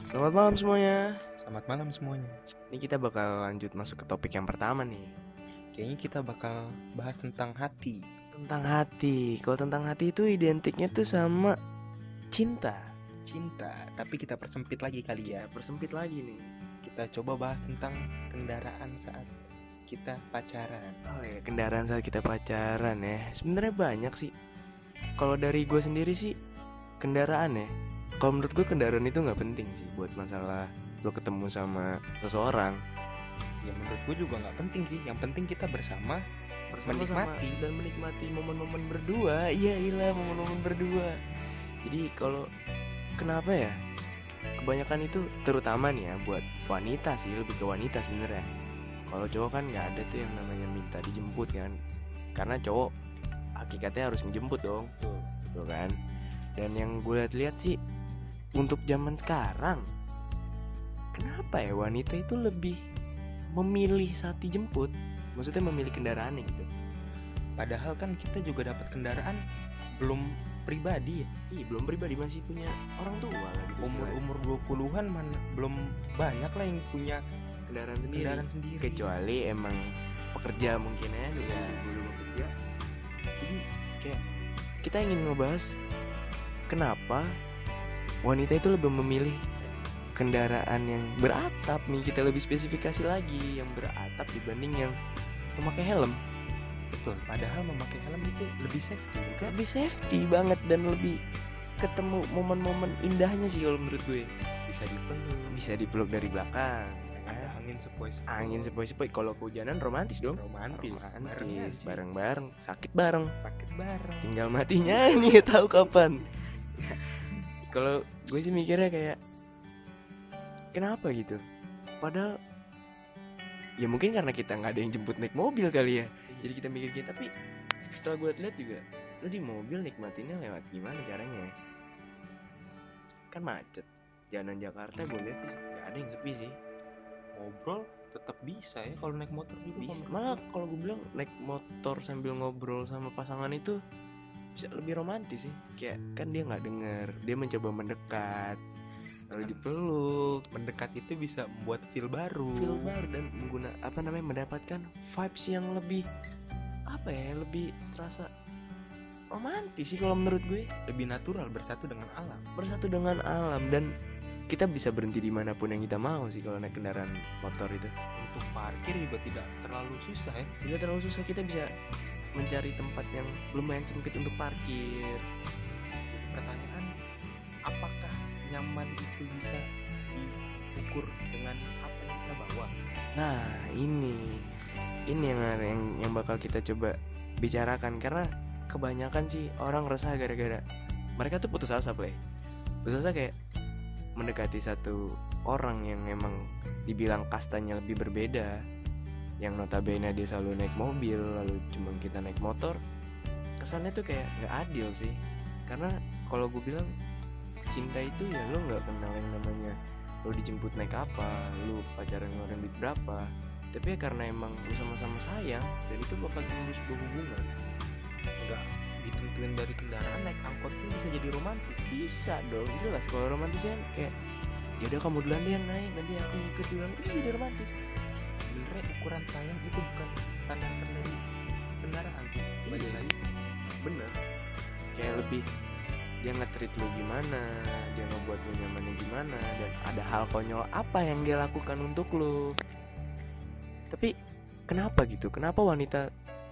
Selamat malam semuanya. Selamat malam semuanya. Ini kita bakal lanjut masuk ke topik yang pertama nih. Kayaknya kita bakal bahas tentang hati. Tentang hati. Kalau tentang hati itu identiknya tuh sama cinta. Cinta, tapi kita persempit lagi kali ya. Persempit lagi nih. Kita coba bahas tentang kendaraan saat kita pacaran. Oh ya, kendaraan saat kita pacaran ya. Sebenarnya banyak sih. Kalau dari gue sendiri sih, kendaraan ya. Kalau menurut gue kendaraan itu nggak penting sih buat masalah lo ketemu sama seseorang. Ya menurut gue juga nggak penting sih. Yang penting kita bersama menikmati dan menikmati momen-momen berdua. Iya momen-momen berdua. Jadi kalau kenapa ya? Kebanyakan itu terutama nih ya buat wanita sih, lebih ke wanita sebenarnya. Kalau cowok kan nggak ada tuh yang namanya minta dijemput kan, karena cowok hakikatnya harus ngejemput dong, tuh kan. Dan yang gue lihat sih untuk zaman sekarang, kenapa ya wanita itu lebih memilih saat dijemput? Maksudnya memilih kendaraannya gitu. Padahal kan kita juga dapat kendaraan belum pribadi ya. Iya, belum pribadi, masih punya orang tua lah gitu. Umur 20-an mana belum banyak lah yang punya kendaraan sendiri. Kecuali emang pekerja mungkin ya, belum bekerja. Jadi kayak kita ingin ngebahas kenapa wanita itu lebih memilih kendaraan yang beratap nih. Kita lebih spesifikasi lagi yang beratap dibanding yang memakai helm. Betul, padahal memakai helm itu lebih safety, bukan? Lebih safety banget dan lebih ketemu momen-momen indahnya sih kalau menurut gue. Bisa dipeluk dari belakang. Ada angin sepoi-sepoi. Kalau kehujanan romantis dong. Romantis. Bareng-bareng, sakit bareng. Tinggal matinya nih tahu kapan. Kalau gue sih mikirnya kayak kenapa gitu? Padahal ya mungkin karena kita nggak ada yang jemput naik mobil kali ya. Jadi kita mikir gitu. Tapi setelah gue lihat juga, lu di mobil nikmatinnya lewat gimana caranya ya? Kan macet. Jalanan Jakarta gue lihat sih nggak ada yang sepi sih. Ngobrol tetap bisa ya kalau naik motor juga bisa. Malah kalau gue bilang naik motor sambil ngobrol sama pasangan itu bisa lebih romantis sih. Kayak kan dia nggak dengar, dia mencoba mendekat, lalu dipeluk. Mendekat itu bisa membuat feel baru dan mendapatkan vibes yang lebih lebih terasa romantis sih kalau menurut gue. Lebih natural, bersatu dengan alam. Dan kita bisa berhenti dimanapun yang kita mau sih kalau naik kendaraan motor itu. Untuk parkir juga tidak terlalu susah ya. Tidak terlalu susah, kita bisa mencari tempat yang lumayan sempit untuk parkir. Pertanyaan, apakah nyaman itu bisa diukur dengan apa yang kita bawa? Nah ini yang bakal kita coba bicarakan, karena kebanyakan sih orang resah gara-gara mereka tuh putus asa kayak mendekati satu orang yang emang dibilang kastanya lebih berbeda, yang notabene dia selalu naik mobil, lalu cuma kita naik motor. Kesannya tuh kayak nggak adil sih, karena kalau gue bilang cinta itu ya lo nggak kenal yang namanya lo dijemput naik apa, lo pacaran ngeluarin duit berapa, tapi ya karena emang lo sama-sama sayang dan itu bakal timbul sebuah hubungan. Nggak ditentuin dari kendaraan, naik angkot pun bisa jadi romantis. Bisa dong, jelas. Kalau romantisnya kayak ya udah kamu duluan deh yang naik, nanti aku ngikut duluan, itu bisa jadi romantis. Sebenarnya ukuran sayang itu bukan standar dari kendaraan sih. Balik lagi bener, kayak lebih dia nge-treat lu gimana, dia ngebuat lu nyamannya gimana, dan ada hal konyol apa yang dia lakukan untuk lu. Tapi kenapa gitu? Kenapa wanita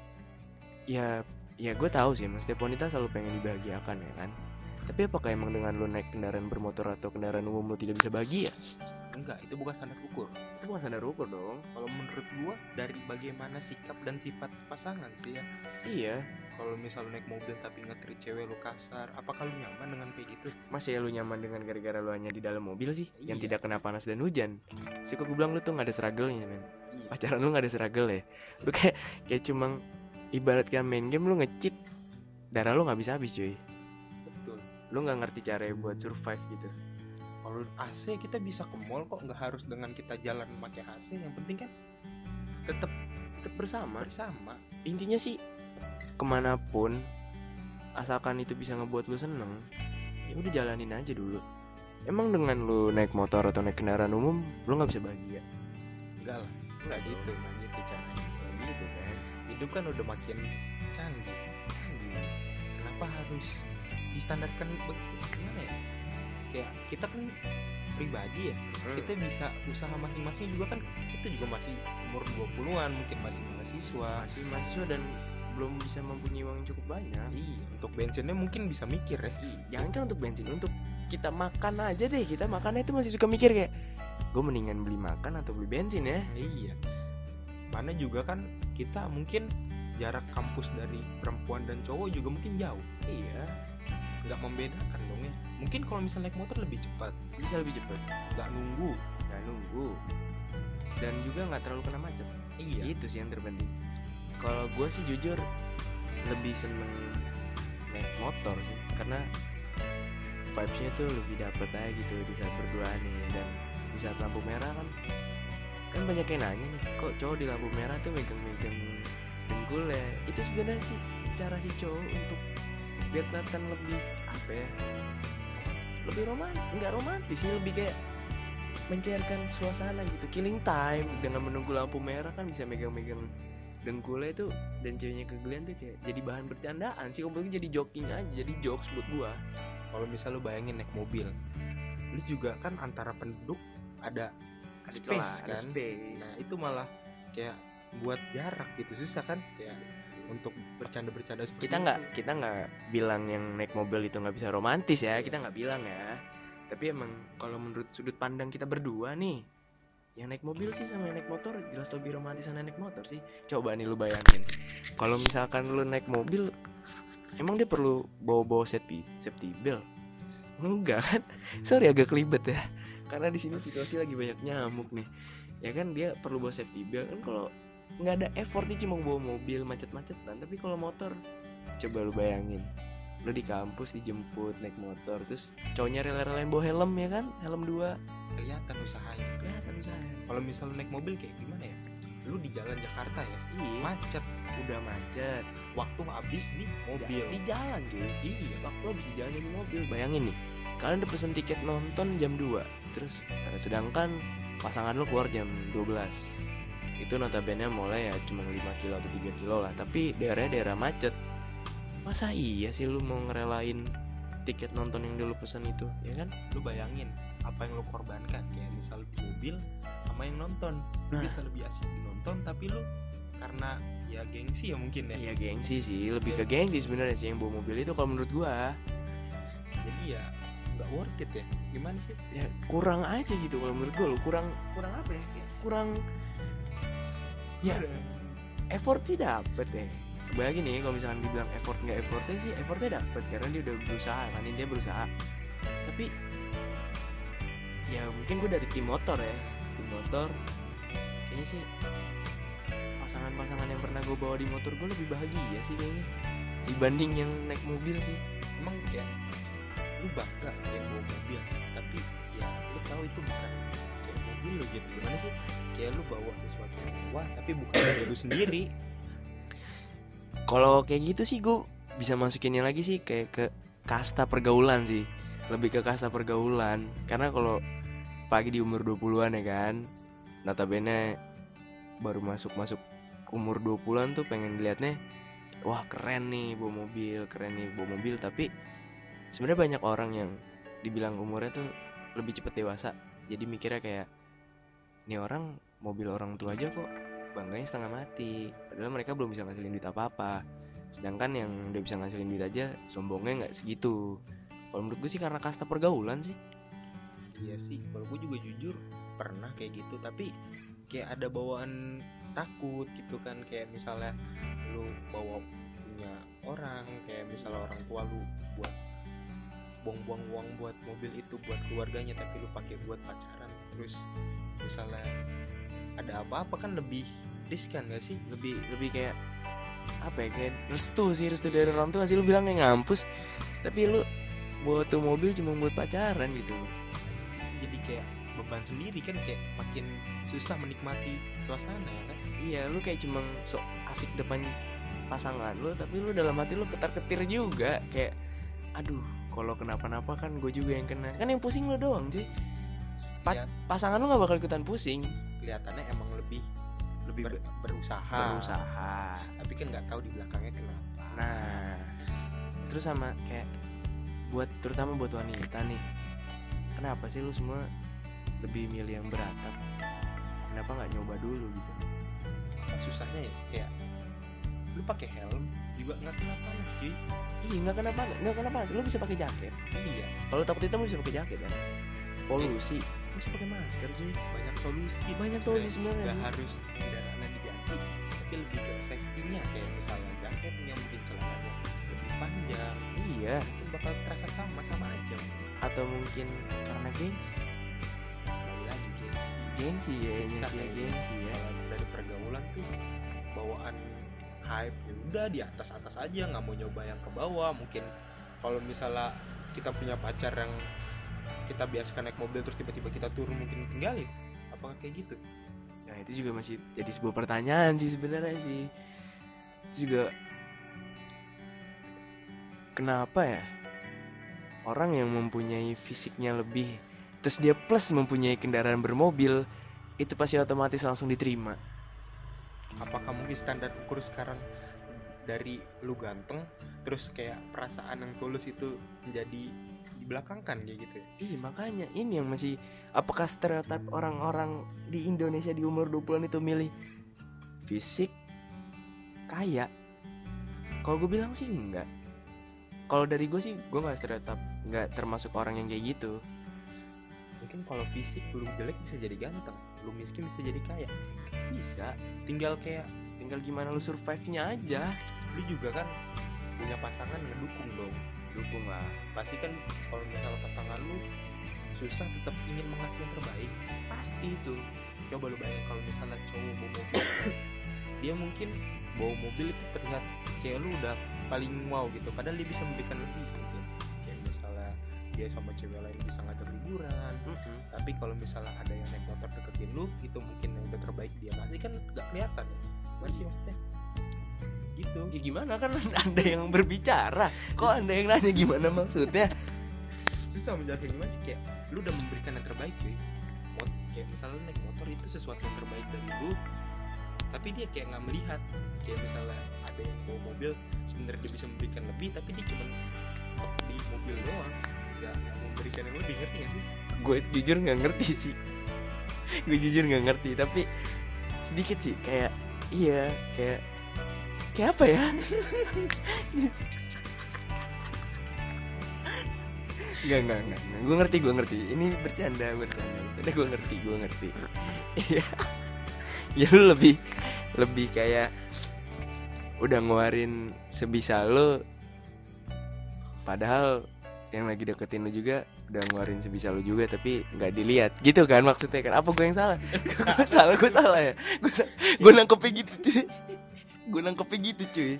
ya gue tahu sih, setiap wanita selalu pengen dibahagiakan ya kan. Tapi apakah emang dengan lu naik kendaraan bermotor atau kendaraan umum lu tidak bisa bahagia? Enggak, itu bukan standar ukur. Itu bukan standar ukur dong. Kalau menurut gua dari bagaimana sikap dan sifat pasangan sih ya. Iya. Kalau misal lu naik mobil tapi nge-treat cewek lu kasar, apakah lu nyaman dengan kayak gitu? Masih lu nyaman dengan gara-gara lu hanya di dalam mobil sih, Iya. yang tidak kena panas dan hujan. Suka gue bilang lu tuh gak ada struggle-nya men. Iya. Pacaran lu gak ada struggle ya. Lu kayak cuma ibaratkan main game, lu nge-cheat, darah lu gak bisa habis cuy. Betul. Lu gak ngerti cara buat survive gitu. Kalau AC kita bisa ke mall kok, nggak harus dengan kita jalan pakai AC. Yang penting kan tetap bersama. Intinya sih kemanapun asalkan itu bisa ngebuat lu seneng, ya udah jalanin aja dulu. Emang dengan lu naik motor atau naik kendaraan umum lu nggak bisa bahagia? Enggak lah, enggak gitu caranya. Gitu kan. Hidup kan udah makin canggih. Kenapa harus distandarkan begitu? Gimana ya? Kayak kita kan pribadi ya, kita bisa usaha masing-masing juga kan. Kita juga masih umur 20-an, mungkin masih mahasiswa dan belum bisa mempunyai uang yang cukup banyak. Iya, untuk bensinnya mungkin bisa mikir ya. Jangan kan untuk bensin, untuk kita makan aja deh. Kita makannya itu masih suka mikir kayak gue mendingan beli makan atau beli bensin ya. Iya. Mana juga kan kita mungkin jarak kampus dari perempuan dan cowok juga mungkin jauh. Iya. Nggak membedakan dong ya. Mungkin kalau misalnya naik motor lebih cepat. Bisa lebih cepat. Nggak nunggu. Dan juga nggak terlalu kena macet. Iya. Itu sih yang terpenting. Kalau gue sih jujur lebih seneng naik motor sih, karena vibes-nya tuh lebih dapet aja gitu di saat berduaan nih. Dan di saat lampu merah kan banyak yang nanya nih, kok cowok di lampu merah tuh megang-megang dengkul ya. Itu sebenarnya sih cara si cowok untuk biar kelihatan lebih apa ya, lebih nggak romantis sih, lebih kayak mencairkan suasana gitu, killing time. Dengan menunggu lampu merah kan bisa megang-megang dengkulnya itu, dan ceweknya kegelian tuh kayak jadi bahan bercandaan sih. Umumnya jadi joking aja, jadi jokes buat gua. Kalau misal lu bayangin naik mobil, lu juga kan antara penduduk ada space kan. Nah itu malah kayak buat jarak gitu, susah kan kayak untuk bercanda-bercanda seperti kita nggak bilang yang naik mobil itu nggak bisa romantis ya, kita nggak bilang ya. Tapi emang kalau menurut sudut pandang kita berdua nih, yang naik mobil sih sama yang naik motor jelas lebih romantis sama naik motor sih. Coba nih lu bayangin, kalau misalkan lu naik mobil, emang dia perlu bawa safety belt? Enggak kan? Sorry agak kelibet ya, karena di sini situasi lagi banyak nyamuk nih. Ya kan dia perlu bawa safety belt kan. Kalau nggak ada effort dia cuma bawa mobil macet-macetan. Tapi kalau motor, coba lu bayangin, lu di kampus dijemput naik motor, terus cowoknya rela-relain bawa helm ya kan, helm 2. kelihatan usahanya. Kalau misal naik mobil kayak gimana ya? Lu di jalan Jakarta ya, macet, udah macet, waktu habis di mobil. Di jalan cuy. Iya, waktu habis di jalan di mobil. Bayangin nih, kalian udah pesen tiket nonton jam 2, terus sedangkan pasangan lu keluar jam 12. Itu notabene mulai ya cuma 5 kilo atau 3 kilo lah, tapi daerah macet. Masa iya sih lu mau ngerelain tiket nonton yang dulu pesan itu, ya kan? Lu bayangin apa yang lu korbankan, kayak misal di mobil sama yang nonton. Lu bisa lebih asik di nonton, tapi lu karena ya gengsi ya mungkin ya. Iya gengsi sih, lebih ke gengsi sebenarnya sih yang bawa mobil itu kalau menurut gua. Jadi ya nggak worth it ya. Gimana sih? Ya kurang aja gitu kalau menurut gua. Lu kurang apa ya? Kurang ya effort sih dapet ya. Bayangin nih kalau misalkan dibilang effortnya sih, effortnya dapet karena dia udah berusaha kan, dia berusaha. Tapi ya mungkin gue dari tim motor kayaknya sih pasangan-pasangan yang pernah gue bawa di motor gue lebih bahagia sih kayaknya dibanding yang naik mobil sih. Emang ya lu bangga yang bawa mobil, tapi ya lu tahu itu bukan kayak mobil lu gitu. Gimana sih, kayak lu bawa sesuatu yang mewah tapi bukan dari lu sendiri. Kalau kayak gitu sih gue bisa masukinnya lagi sih kayak ke kasta pergaulan sih. Lebih ke kasta pergaulan. Karena kalau pagi di umur 20-an ya kan, notabene baru masuk umur 20-an tuh pengen dilihatnya, wah keren nih bawa mobil. Tapi sebenarnya banyak orang yang dibilang umurnya tuh lebih cepet dewasa. Jadi mikirnya kayak, nih orang mobil orang tua aja kok bangganya setengah mati, padahal mereka belum bisa ngasilin duit apa-apa. Sedangkan yang udah bisa ngasilin duit aja sombongnya nggak segitu. Kalau menurut gue sih karena kasta pergaulan sih. Iya sih, kalau gue juga jujur pernah kayak gitu, tapi kayak ada bawaan takut gitu kan. Kayak misalnya lu bawa punya orang, kayak misalnya orang tua lu buat buang-buang uang buat mobil itu buat keluarganya, tapi lu pakai buat pacaran. Terus misalnya ada apa-apa kan lebih riskan gak sih? Lebih kayak apa ya, kayak restu dari orang tua sih. Lu bilang kayak ngampus, tapi lu bawa tuh mobil cuma buat pacaran gitu. Jadi kayak beban sendiri kan, kayak makin susah menikmati suasana ya kan? Iya, lu kayak cuma sok asik depan pasangan lu, tapi lu dalam hati lu ketar-ketir juga. Kayak aduh, kalau kenapa-napa kan gue juga yang kena. Kan yang pusing lo doang cuy. Ya. Pasangan lo nggak bakal ikutan pusing. Kelihatannya emang lebih Lebih berusaha. berusaha. Tapi kan nggak tahu di belakangnya kenapa. Nah, terus sama kayak terutama buat wanita nih, kenapa sih lu semua lebih milih yang beratap? Kenapa nggak nyoba dulu gitu? Susahnya ya kayak lu pakai helm juga nggak kena panas cuy. Iya nggak kenapa sih? Lu bisa pakai jaket. Iya, Kalau takut hitam lu bisa pakai jaket kan? Polusi, lu bisa pakai masker cuy. banyak solusi Sebenarnya. nggak harus kendaraan yang diganti, tapi lebih ke safety-nya, kayak misalnya jaketnya mungkin celananya lebih panjang, Iya. itu bakal terasa sama aja. Atau mungkin karena gengsi. Kembali lagi Gengsi ya, Susah sih kayaknya. gengsi ya. Kalau dari pergaulan tuh bawaan hype ya udah di atas aja, nggak mau nyoba yang ke bawah. Mungkin kalau misalnya kita punya pacar yang kita biasakan naik mobil terus tiba-tiba kita turun, mungkin tinggalin, apakah kayak gitu? Nah itu juga masih jadi sebuah pertanyaan sih sebenarnya sih. Itu juga kenapa ya orang yang mempunyai fisiknya lebih, terus dia plus mempunyai kendaraan bermobil, itu pasti otomatis langsung diterima. Apakah mungkin standar ukur sekarang dari lu ganteng terus kayak perasaan yang tulus itu menjadi dibelakangkan kayak gitu ya? Ih makanya ini yang masih, apakah stereotip orang-orang di Indonesia di umur 20-an itu milih fisik kaya? Kalau gue bilang sih enggak. Kalau dari gue sih gue nggak stereotip, nggak termasuk orang yang kayak gitu. Mungkin kalau fisik lu jelek bisa jadi ganteng, lu miskin bisa jadi kaya. Bisa, Tinggal gimana lu survive-nya aja. lu juga kan punya pasangan ngedukung dong. Dukung lah. Pasti kan kalau misalnya pasangan lu susah tetap ingin mengasih yang terbaik, pasti itu. Coba lu bayangin kalau misalnya cowok bawa mobil dia mungkin bawa mobil itu terlihat kayak lu udah paling wow gitu, padahal dia bisa memberikan lebih mungkin. Kayak misalnya dia sama cewek lain bisa ngajak liburan, tapi kalau misalnya ada yang naik motor deketin lu, itu mungkin yang udah terbaik dia kasih kan gak kelihatan ya. Masih maksudnya gitu. Ya gimana kan Anda yang berbicara, kok Anda yang nanya gimana maksudnya? Susah menjelaskan gimana sih, kayak lu udah memberikan yang terbaik cuy. Kayak misalnya naik motor itu sesuatu yang terbaik dari lu, tapi dia kayak nggak melihat. Kayak misalnya ada yang bawa mobil, sebenarnya dia bisa memberikan lebih, tapi dia cuma tok di mobil doang, nggak memberikan yang lebih. Ngerti nggak sih? Gue jujur nggak ngerti sih. Gue jujur nggak ngerti, tapi sedikit sih kayak iya kayak apa ya? Enggak. Gue ngerti. Ini bercanda. Gue ngerti. Iya. Ya lu lebih kayak udah ngeluarin sebisa lu, padahal yang lagi deketin lu juga udah ngeluarin sebisa lu juga, tapi nggak dilihat gitu kan maksudnya kan? Apa gue yang salah? Gue salah ya? Gue nangkepnya gitu cuy.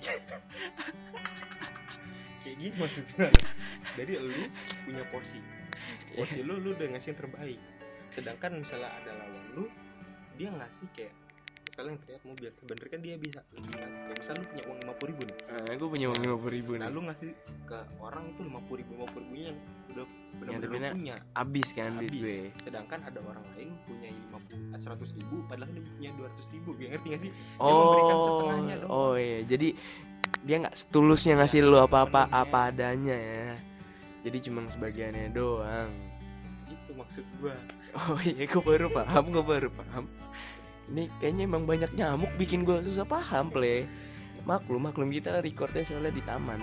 Kayak gini maksudnya. Dari lu punya porsi lu udah ngasih yang terbaik, sedangkan misalnya ada lawan lu, dia ngasih kayak misalnya yang terlihat mobil, sebenarnya kan dia bisa lebih ngasih. Kayak misalnya lu punya uang 50.000 nih, Gue punya uang 50.000 nah nih. lu ngasih ke orang itu 50.000 yang udah Yang benar-benar punya abis kan duit habis. gue. Sedangkan ada orang lain punya 100.000 padahal dia punya 200.000. Kayak ngerti gak sih? Dia Oh, memberikan setengahnya doang. oh iya. Jadi dia nggak setulusnya ngasih lu apa-apa apa adanya ya. Jadi cuma sebagiannya doang. Itu maksud gua. Oh iya, gue baru paham. Ini kayaknya emang banyak nyamuk bikin gue susah paham, play. Maklum kita recordnya soalnya di taman.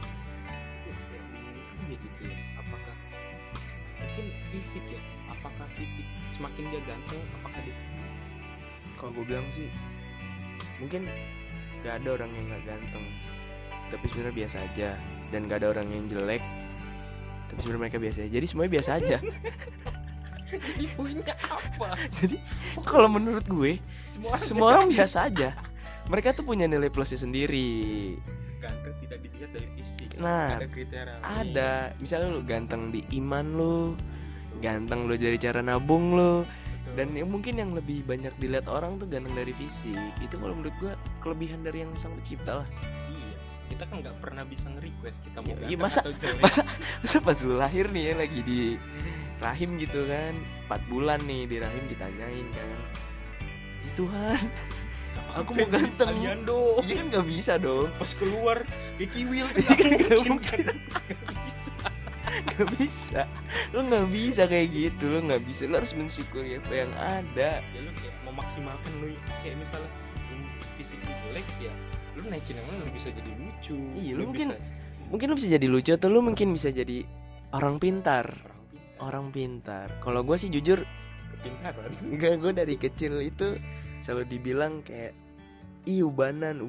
Ini gitu ya. Apakah mungkin fisik ya? Apakah fisik semakin dia ganteng, apakah dia Kalau gue bilang sih, mungkin gak ada orang yang gak ganteng, tapi sebenarnya biasa aja. Dan gak ada orang yang jelek, tapi sebenarnya mereka biasa aja. Jadi semuanya biasa aja. Jadi punya apa? Jadi kalau menurut gue semua orang biasa aja. Mereka tuh punya nilai plusnya sendiri. Ganteng tidak dilihat dari fisik. Nah, ada kriteria. Ada, misalnya lu ganteng di iman lu, ganteng lu dari cara nabung lu. Dan yang mungkin yang lebih banyak dilihat orang tuh ganteng dari fisik. Itu kalau menurut gue kelebihan dari yang sang pencipta lah. Iya. kita kan nggak pernah bisa nge-request kita mau Iya, ganteng atau jelek. masa pas lu lahir nih ya, lagi di rahim gitu kan, 4 bulan nih di rahim, ditanyain kan, ya Tuhan aku mau ganteng, Aliando. iya kan nggak bisa dong. Pas keluar kayak kiwil Iya kan nggak mungkin. Nggak bisa. Gak bisa, lo nggak bisa kayak gitu, lo nggak bisa, lo harus mensyukuri apa yang ada. Ya lu kayak memaksimalkan lu, kayak misalnya lu fisik lu jelek ya lu naikin yang lu bisa jadi lucu. Iya, lu bisa mungkin lo bisa jadi lucu, atau lo mungkin bisa jadi orang pintar. orang pintar. Orang pintar. Kalau gue sih jujur, Kepintaran. enggak, gue dari kecil itu selalu dibilang kayak ubanan.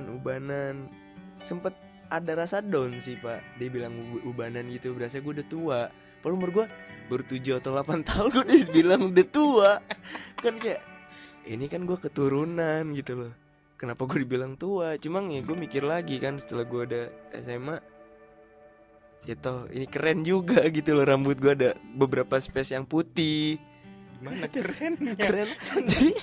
Sempet ada rasa down sih pak, dia bilang ubanan gitu, berasa gue udah tua. Padahal umur gue baru 7 atau 8 tahun gue udah bilang udah tua. Kan kayak, ini kan gue keturunan gitu loh, kenapa gue dibilang tua? Cuma ya gue mikir lagi kan setelah gue ada SMA, ya toh ini keren juga gitu loh, rambut gue ada beberapa space yang putih. Gimana kerennya? Keren. Jadi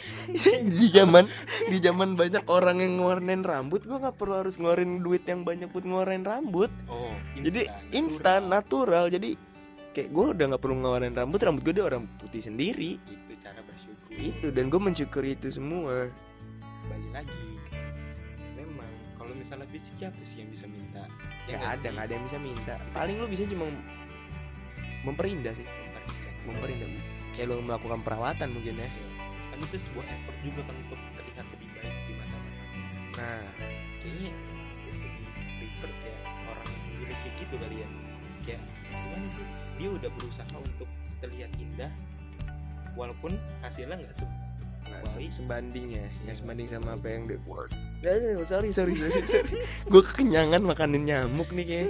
di zaman banyak orang yang ngewarnain rambut, gue nggak perlu harus ngeluarin duit yang banyak buat ngewarnain rambut. Oh, Jadi instan, natural. Jadi kayak gue udah nggak perlu ngewarnain rambut gue udah orang putih sendiri. Itu cara bersyukur. Itu, dan gue mensyukuri itu semua. Balik lagi. Memang kalau misalnya fisik siapa sih yang bisa minta? Ya nggak ada, sih? nggak ada yang bisa minta. Paling lu bisa cuma memperindah sih, memperindah. Kayak lu melakukan perawatan mungkin ya. Kan itu sebuah effort juga kan untuk terlihat lebih baik di mata masyarakat. Nah, Kayaknya lebih prefer kayak orang yang udah kayak gitu kali ya. Kayak gimana sih? Dia udah berusaha untuk terlihat indah walaupun hasilnya nggak baik. sebanding ya, Iya, nggak sebanding nggak sama sebanding. apa yang dia. Sorry. Gue kekenyangan makanin nyamuk nih kayak.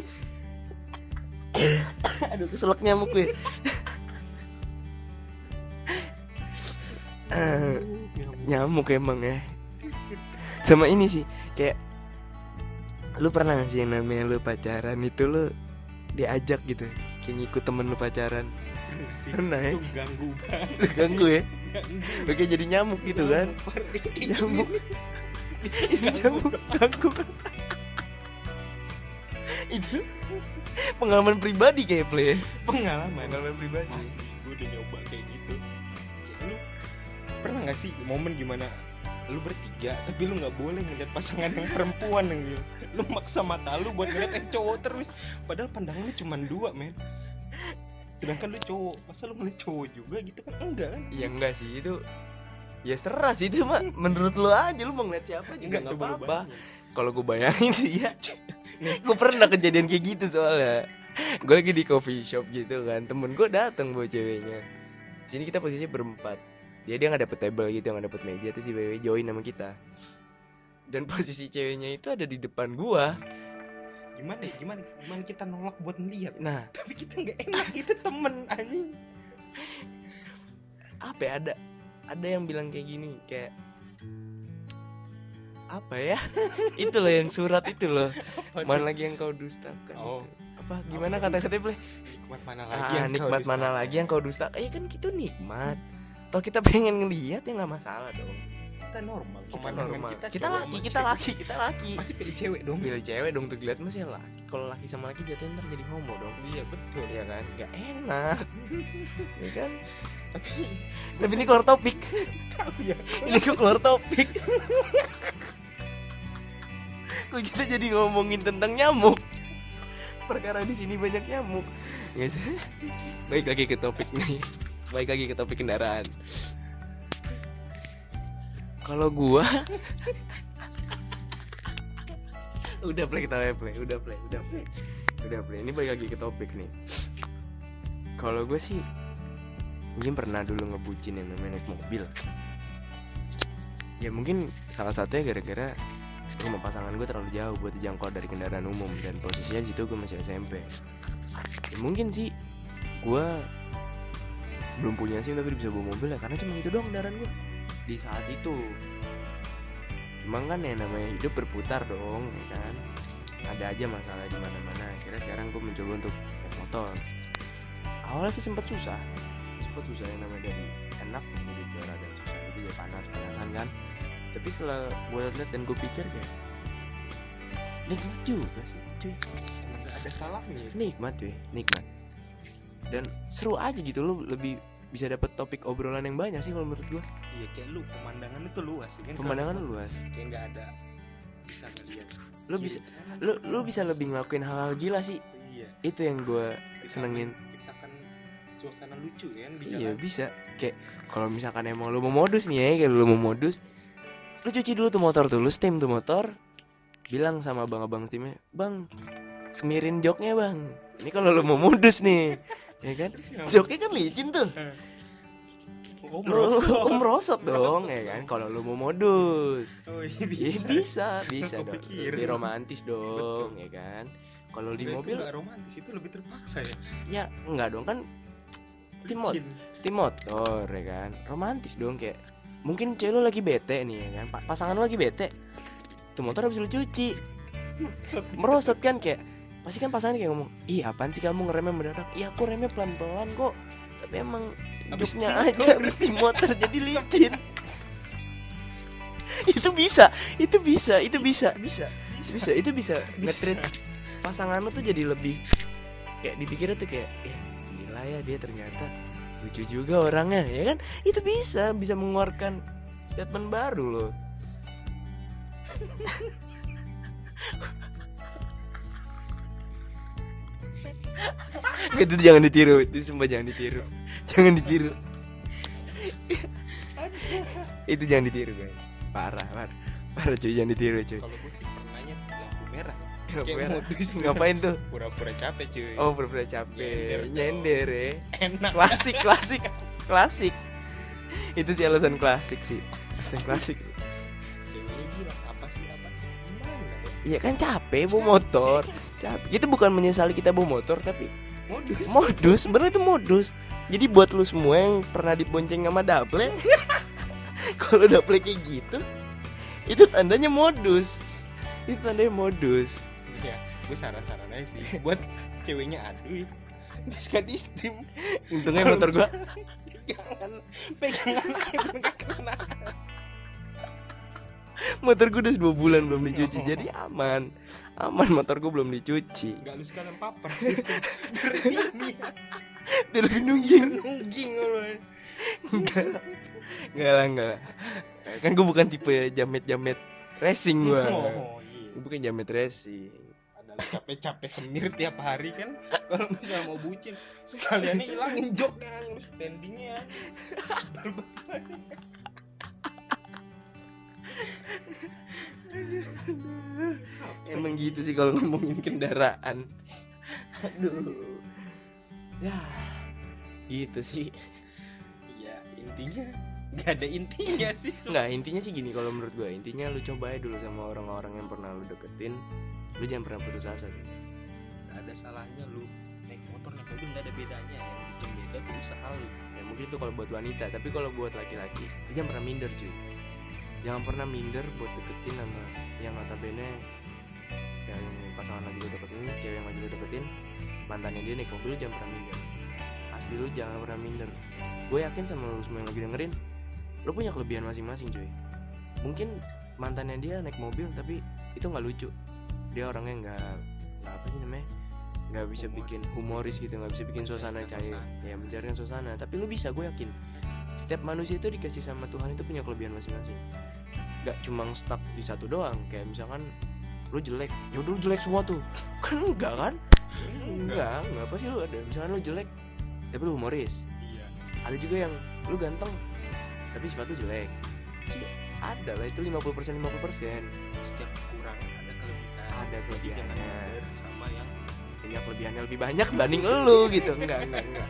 Aduh, keselak nyamuk gue. Nyamuk emang ya. Sama ini sih, kayak lu pernah gak sih yang namanya lu pacaran itu lu diajak gitu, kayak ngikut temen lu pacaran? Pernah ya? Itu ganggu banget. Ganggu ya? Ganggu. Lu kayak jadi nyamuk gitu kan? Nyamuk. Ini nyamuk ganggu. Itu pengalaman pribadi kayak play. Pengalaman Pribadi. asli, gue udah nyoba kayak gitu. Kayak lu pernah nggak sih momen gimana lu bertiga tapi lu nggak boleh ngeliat pasangan yang perempuan yang gitu. Lu maksa mata lu buat ngeliat yang cowok terus, padahal pandangan lu cuma 2 men. Sedangkan lu cowok, masa lu ngeliat cowok juga gitu kan? Enggak kan? Ya enggak sih, itu ya serah sih itu mah. Menurut lu aja, lu mau ngeliat siapa juga Enggak, nggak coba lu apa-apa. bayangin. Kalau gue bayangin sih ya, gue pernah kejadian kayak gitu soalnya. Gue lagi di coffee shop gitu kan, temen gue datang bawa ceweknya. Sini kita posisinya berempat. Dia nggak dapet table gitu, nggak dapet meja, terus tiba-tiba join sama kita. Dan posisi ceweknya itu ada di depan gue. Gimana kita nolak buat ngeliat? Nah, Tapi kita nggak enak, itu temen anjing. apa ya, ada yang bilang kayak gini, kayak apa ya? Itu loh yang surat itu loh. Mana lagi yang kau dustakan? Oh. Apa gimana kata-katanya boleh? Nikmat mana lagi yang Nikmat kau mana dustakan? lagi yang kau dustakan? Ya kan gitu nikmat. Toh kita pengen ngelihat ya nggak masalah dong. Kita normal. Kita Pemandangan normal. Kita cowok laki, sama kita cewek. laki, kita laki. Pasti pilih cewek dong. Pilih cewek dong untuk lihat, masih laki. Kalau laki sama laki jatuhnya ntar jadi homo dong. Iya betul. Ya kan? Gak enak. Ya kan? Tapi Tapi ini keluar topik. tahu ya. Ini kok keluar topik. Kok kita jadi ngomongin tentang nyamuk? Perkara di sini banyak nyamuk. Gitu. Baik lagi ke topik nih. Baik lagi ke topik kendaraan. Kalau gua udah play kita play. Ini balik lagi ke topik nih. Kalau gue sih mungkin pernah dulu ngebucin yang namanya naik mobil. Ya mungkin salah satunya gara-gara rumah pasangan gue terlalu jauh buat dijangkau dari kendaraan umum, dan posisinya situ gue masih SMP. Ya mungkin sih gue belum punya SIM tapi bisa bawa mobil ya, karena cuma itu doang kendaraan gue di saat itu. Cuma kan ya namanya hidup berputar dong, ya kan. Ada aja masalah di mana-mana. Akhirnya sekarang gue mencoba untuk naik motor. Awalnya sih sempat susah yang namanya dari enak jadi ke rada susah, jadi ya panasan kan. Tapi setelah gue lihat dan gue pikir kayak nikmat juga sih cuy, nggak ada salahnya. nikmat cuy, nikmat. Dan seru aja gitu, lu lebih bisa dapat topik obrolan yang banyak sih kalau menurut gua. Iya, kayak lu pemandangan itu luas sih kan. Pemandangan lu luas, Kayak nggak ada bisa ngeliat. lu bisa lu bisa lebih ngelakuin hal-hal gila sih. Iya. Itu yang gua senengin. Ciptakan suasana lucu kan di Iya jalan. bisa. Kayak kalau misalkan emang lu mau modus nih ya, kayak lu mau modus, lu cuci dulu tuh motor tuh, lu steam tuh motor, bilang sama abang-abang steamnya, bang semirin joknya bang, ini kalau lu mau modus nih, ya kan, joknya kan licin tuh, Oh, lu merosot dong, ya kan, kalau lu mau modus, Oh, iya ya bisa. bisa Nggak dong, kepikiran. lebih romantis dong, ya kan, kalau di Udah, mobil, itu nggak romantis, itu lebih terpaksa ya. ya enggak dong kan, Licin. steam motor, ya kan, romantis dong kayak. Mungkin cewek lu lagi bete nih ya kan, pasangan lu lagi bete, tuh motor habis lu cuci, merosot kan, kayak pasti kan pasangan kayak ngomong, ih apaan sih kamu ngeremnya mendadak, iya aku remnya pelan-pelan kok, tapi emang habisnya aja habis di motor jadi licin. Itu bisa nge-treat pasangan lu tuh jadi lebih kayak dipikirnya tuh kayak, gila ya dia ternyata lucu juga orangnya, ya kan? Itu bisa mengeluarkan statement baru loh. Itu jangan ditiru, itu sumpah jangan ditiru. Itu jangan ditiru guys, parah cuy, jangan ditiru cuy. Kalau gue sih pernahnya lampu merah. Lampu Kayak merah. modus. Ngapain tuh? Pura-pura capek cuy. Oh pura-pura capek, nyender ya. Enak. Klasik. Itu sih alasan klasik sih. Cewek lu bilang apa sih gimana ya? Iya kan capek bawa motor. Capek. Itu bukan menyesali kita bawa motor, tapi modus, sebenarnya itu modus. Jadi buat lu semua yang pernah dibonceng sama Daple, kalau Daple kayak gitu, itu tandanya modus. Ya, gue saran-saran aja sih buat ceweknya aduh. Terus gak di steam. Untungnya motor gua pegangan air nggak kena. motor gua udah 2 bulan belum dicuci, jadi aman motor gua belum dicuci. Gak lu sekalian paper sih. Dia lebih nungging. Enggak. Enggak lah. Kan gua bukan tipe jamet racing gua. Oh iya. Gua bukan jamet racing. Ada capek-capek semir tiap hari kan. Kalau misalnya mau bucin sekaliannya hilangin joknya, lu standingnya. Emang gitu sih kalau ngomongin kendaraan. Aduh. Ya. Gitu sih. Iya, intinya nggak ada intinya sih. Nggak, intinya sih gini kalau menurut gue. Intinya lu coba aja dulu sama orang-orang yang pernah lu deketin. Lu jangan pernah putus asa sih. Nggak ada salahnya lu naik motor naik mobil, nggak ada bedanya. Yang bikin beda tuh usaha lu. Ya mungkin itu kalau buat wanita, tapi kalau buat laki-laki, lu jangan pernah minder cuy. Jangan pernah minder buat deketin sama yang notabene yang pasangan lagi lu deketin, cewek yang lagi lu deketin, mantannya dia naik mobil, lu jangan pernah minder. Asli lu jangan pernah minder. Gue yakin sama lu semua yang lagi dengerin, lu punya kelebihan masing-masing cuy. Mungkin mantannya dia naik mobil tapi itu nggak lucu. Dia orangnya nggak apa sih namanya, nggak bisa bikin humoris gitu, nggak bisa bikin suasana cair, ya mencairkan suasana. Tapi lu bisa, gue yakin. Setiap manusia itu dikasih sama Tuhan itu punya kelebihan masing-masing. Gak cuma stuck di satu doang. Kayak misalkan lu jelek, yaudah lu jelek semua tuh. Kan enggak kan? Enggak pasti lu ada. Misalkan lu jelek tapi lu humoris. Iya. Ada juga yang lu ganteng tapi sifat lu jelek. Sih ada lah, itu 50% 50%. Setiap kekurangan ada kelebihan. Ada Jadi jangan kelebihannya. minder sama yang Punya kelebihannya lebih banyak dibanding lu gitu. Enggak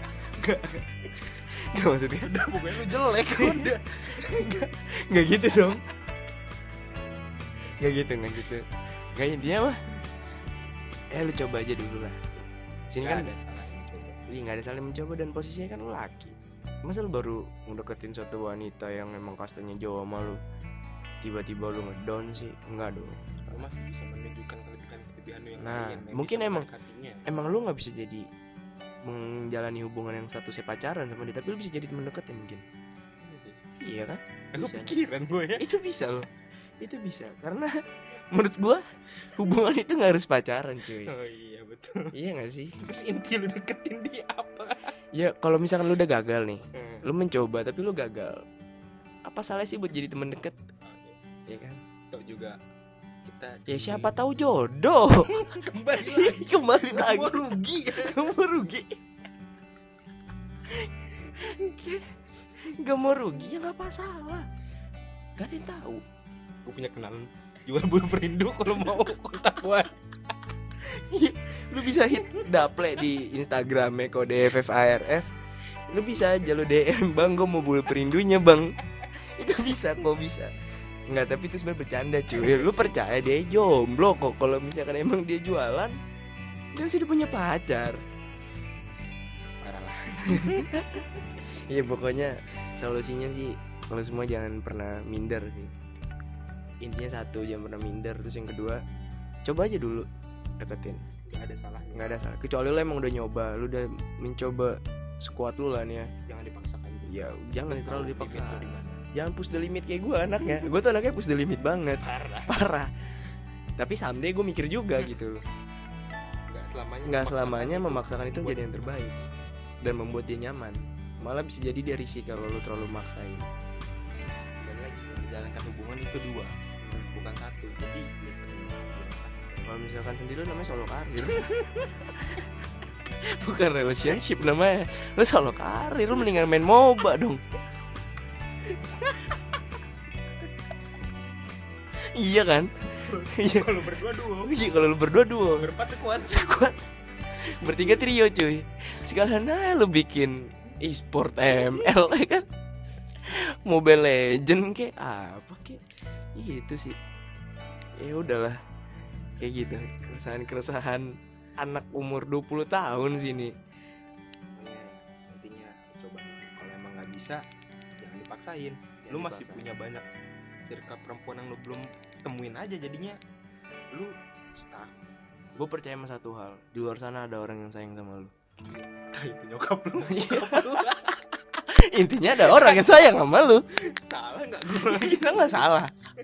maksudnya udah pokoknya lu jelek udah. Enggak gitu dong. Enggak gitu. Enggak, intinya mah lu coba aja dulu lah. Sini Nggak kan ada salahnya coba. iya, nggak ada saling mencoba, dan posisinya kan lu laki. Masa lu baru ngedeketin suatu wanita yang emang kastanya jauh sama lu, tiba-tiba lu ngedown sih? Enggak dong. Lu masih bisa menunjukkan kelebihan lu yang Nah, lain. mungkin bisa emang- mendekatinya. Emang lu nggak bisa jadi menjalani hubungan yang statusnya pacaran sama dia, tapi lu bisa jadi teman dekat ya mungkin. Iya kan? Aku Bisa. pikiran gue ya. Itu bisa loh. Itu bisa karena Menurut gua hubungan itu nggak harus pacaran cuy. Oh iya betul. Iya nggak sih? Terus inti lu deketin dia apa? Ya kalau misalkan lu udah gagal nih, lu mencoba tapi lu gagal, apa salah sih buat jadi teman deket? Ya kan? Tau juga kita Ya siapa tahu jodoh. kembali lagi. Kembali lagi. Kamu rugi. Kamu rugi. Gak mau rugi ya nggak masalah. Gak ada yang tahu. Gue punya kenalan jual bulu perindu, kalau mau kontak gue. Lu bisa hit Daple di Instagramnya kode FFARF. Lu bisa aja lu DM, bang gue mau bulu perindunya bang. Itu bisa kok, bisa. Enggak, tapi itu sebenarnya bercanda cuy. Lu percaya dia jomblo kok. Kalau misalkan emang dia jualan, dia sudah punya pacar. Parah lah. Iya pokoknya solusinya sih kalau semua jangan pernah minder sih. Intinya satu, jangan pernah minder. Terus yang kedua, coba aja dulu deketin. Gak ada salahnya. Nggak ada salah. Kecuali lu emang udah nyoba, lu udah mencoba sekuat lu lah nih ya. Jangan dipaksakan juga. Ya jangan terlalu dipaksa. Limit lu di mana. Jangan push the limit kayak gue anaknya. Gue tuh anaknya push the limit banget. Parah. Tapi someday gue mikir juga gitu loh. Nggak selamanya memaksakan itu jadi yang terbaik dan membuat dia nyaman. Malah bisa jadi dia risih kalau lu terlalu maksain. Dan lagi menjalankan hubungan itu dua, bukan satu. Jadi biasanya Kalau misalkan sendiri namanya solo karir. Bukan relationship namanya. Lu solo karir, lu mendingan main MOBA dong. Iya kan? Iya. kalau berdua duo, Iya, kalau lu berdua duo, berempat sekuat. sekuat. Bertiga trio cuy. Sekalian aja lu bikin e-sport ML ya kan. Mobile Legend kayak apa kayak. Itu sih. Ya udahlah. Kayak gitu. Keresahan-keresahan anak umur 20 tahun sini. Intinya coba, kalau emang nggak bisa jangan dipaksain. Jangan Lu masih dipaksain. punya banyak circle perempuan yang lu belum temuin aja, jadinya lu stuck. Gue percaya sama satu hal, di luar sana ada orang yang sayang sama lu. Itu nyokap lu. Intinya ada orang yang sayang sama lu. Salah nggak gue? Kita nggak salah.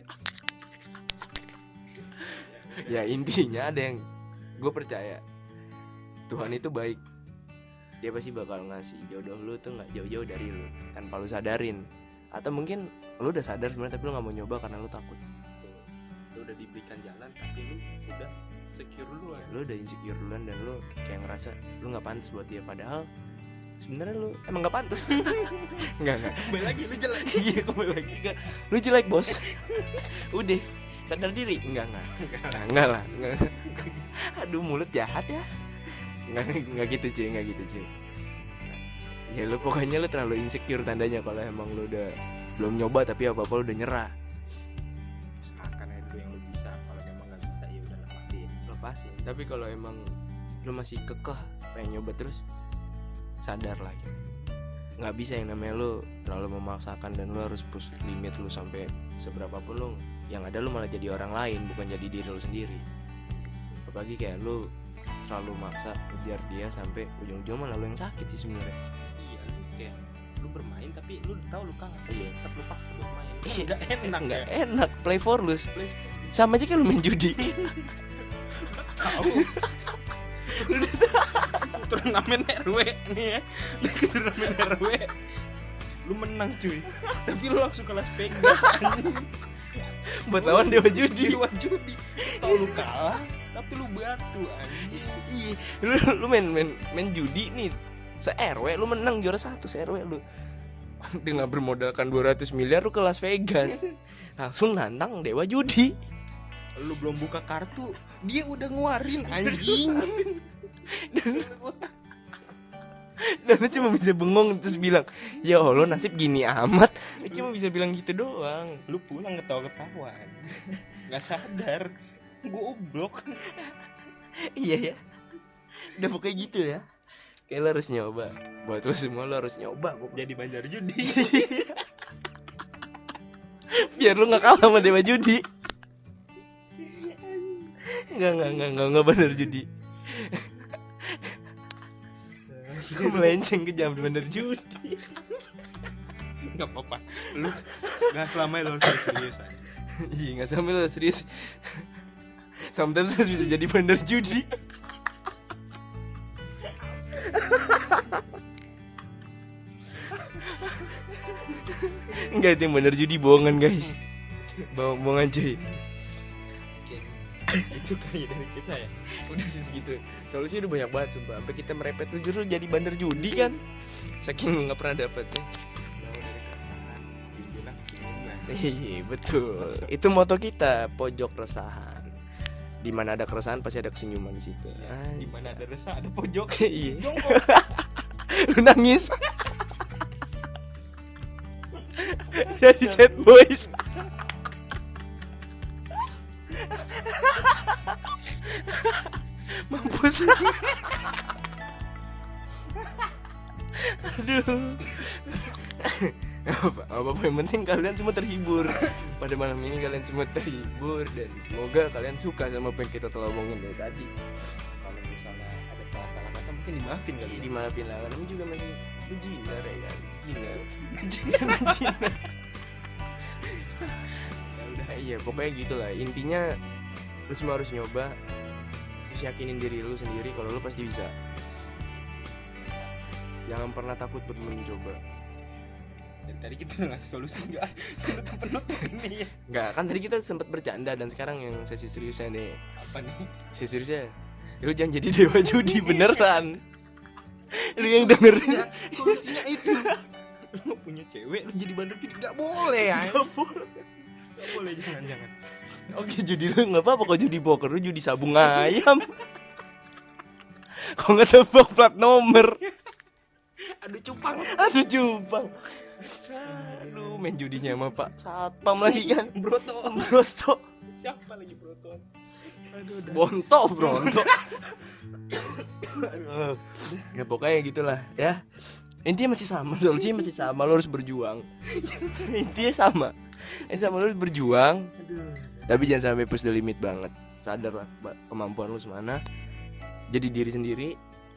Ya intinya ada yang gue percaya Tuhan itu baik. Dia pasti bakal ngasih jodoh lu tuh nggak jauh-jauh dari lu tanpa lu sadarin. Atau mungkin lu udah sadar sebenarnya tapi lu nggak mau nyoba karena lu takut. Lu udah diberikan jalan tapi lu sudah secure duluan. Lu udah insecure duluan dan lu kayak ngerasa lu nggak pantas buat dia, padahal sebenarnya lu emang nggak pantas. Nggak. Kembali lagi lu jelek. Iya, kembali lagi ke lu jelek bos. Udah sadar diri. Enggak lah enggak. Aduh mulut jahat ya. Enggak gitu cuy. Ya lu pokoknya lu terlalu insecure tandanya kalau emang lu udah belum nyoba tapi apa-apa lu udah nyerah. Usahakan aja dulu yang lu bisa. Kalau memang nggak bisa ya udah Lepasin. Tapi kalau emang lu masih kekeh pengen nyoba terus, sadar lah. Nggak bisa yang namanya lu terlalu memaksakan dan lu harus push limit lu sampai seberapa pun lu. Yang ada lu malah jadi orang lain, bukan jadi diri lu sendiri. Apalagi kayak lu terlalu maksa ngejar dia sampai ujung-ujung malah lu yang sakit sih sebenarnya. Iya, lu kayak lu bermain tapi lu tahu lu kalah. Iya. Tetap lu paksa buat main. Iya. Enggak enak Nggak ya. enak, play for lose. Sama aja kayak lu main judi. Tahu. Turnamen RW nih ya. Lagi turnamen RW. Lu menang cuy. Tapi lu langsung ke Las Vegas anjing. Buat lawan dewa judi. Dewa judi. Tahu lu kalah tapi lu batu anjing. Iya, lu main judi nih se-RW lu menang juara 1 se-RW lu. Dengan bermodalkan 200 miliar lu ke Las Vegas. Langsung nantang dewa judi. Lu belum buka kartu, dia udah ngeluarin anjing. Dan lu cuma bisa bengong terus bilang, "Ya Allah, nasib gini amat." Lu cuma bisa bilang gitu doang. Lu pulang ketawa-ketawa. Enggak sadar. Goblok. Iya ya. Udah pokoknya gitu ya. Kayak lu harus nyoba. Buat lu semua lu harus nyoba. Jadi bandar judi. Biar lu gak kalah sama dewa judi. Enggak bener judi. Gue melenceng ke jam bener judi. Enggak apa-apa. Lu enggak selamanya lu harus serius aja. Iya nggak sampai lo serius. Sometimes bisa jadi bandar judi. Enggak, itu yang bandar judi bohongan guys. Bohongan cuy. Itu kayak dari kita ya. Udah sih segitu. Solusi udah banyak banget sumpah. Sampai kita merepet tuh justru jadi bandar judi kan. Saking nggak pernah dapetnya. Jauh dari keresahan, timbullah kesenyuman. Iya betul. Itu moto kita, pojok resahan. Di mana ada keresahan pasti ada kesenyuman di situ. Di mana ada resah ada pojok. Iya. Jongkok. Lu nangis. Jadi sad boys. Mampus. Aduh. Apa yang penting kalian semua terhibur. Pada malam ini kalian semua terhibur. Dan semoga kalian suka sama apa yang kita telah omongin dari tadi. Kalau misalnya ada salah-salah kata mungkin dimaafin kali. Dimaafin lah, karena juga masih bejinar ya kan. Bejinar. Ya udah, iya pokoknya gitulah. Intinya lu semua harus nyoba. Terus yakinin diri lu sendiri kalau lu pasti bisa. Jangan pernah takut buat mencoba. Dan tadi kita udah ngasih solusi enggak? Penutup nih. Enggak, kan tadi kita sempat bercanda dan sekarang yang sesi seriusnya nih. Apa nih? Sesi seriusnya. Lu jangan jadi dewa judi beneran. Lu yang dengerin. Ya, solusinya itu. Lu punya cewek lu jadi bandar judi enggak boleh ya. Enggak boleh. Enggak boleh, jangan. Oke, judi lu enggak apa-apa kok judi poker, lu judi sabung ayam. Kok enggak tebak plat nomor. Aduh cupang. Aduh, main judinya sama Pak Satpam lagi kan. Broto. Siapa lagi broto? Aduh, Bonto. Ya pokoknya gitulah ya. Intinya masih sama, solusinya masih sama, lo harus berjuang. Intinya sama. Lo harus berjuang. Tapi jangan sampai push the limit banget. Sadar lah kemampuan lo semana. Jadi diri sendiri.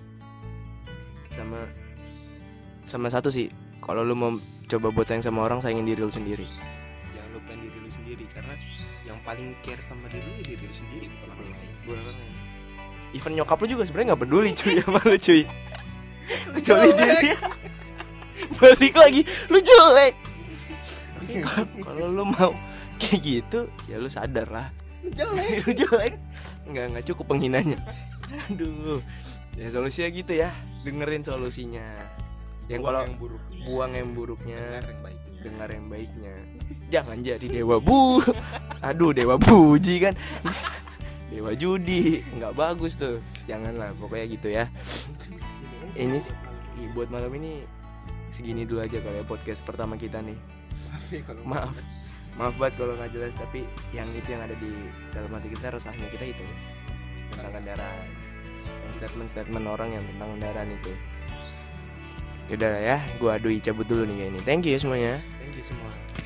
Sama satu sih, kalau lu mau coba buat sayang sama orang, sayangin diri lu sendiri. Jangan lupain diri lu sendiri, karena yang paling care sama diri lu ya diri lu sendiri, bukan orang lain. Even nyokap lu juga sebenarnya nggak peduli cuy sama lu cuy. Kecuali diri. Balik lagi, lu jelek. Kalau lu mau kayak gitu, ya lu sadar lah. Lu jelek. Nggak cukup penghinanya. Aduh. Ya solusinya gitu ya. Dengerin solusinya. Yang kalau buang yang buruknya, dengar yang baiknya. Jangan jadi dewa dewa buji kan. Dewa judi, nggak bagus tuh. Janganlah, pokoknya gitu ya. Ini buat malam ini segini dulu aja kali ya podcast pertama kita nih. Maaf banget kalau nggak jelas, tapi yang itu yang ada di dalam hati kita, resahnya kita itu tentang kendaraan. Statement orang yang tentang kendaraan itu. Yaudah ya, gue Adui cabut dulu nih kayak ini. Thank you semuanya. Thank you semua.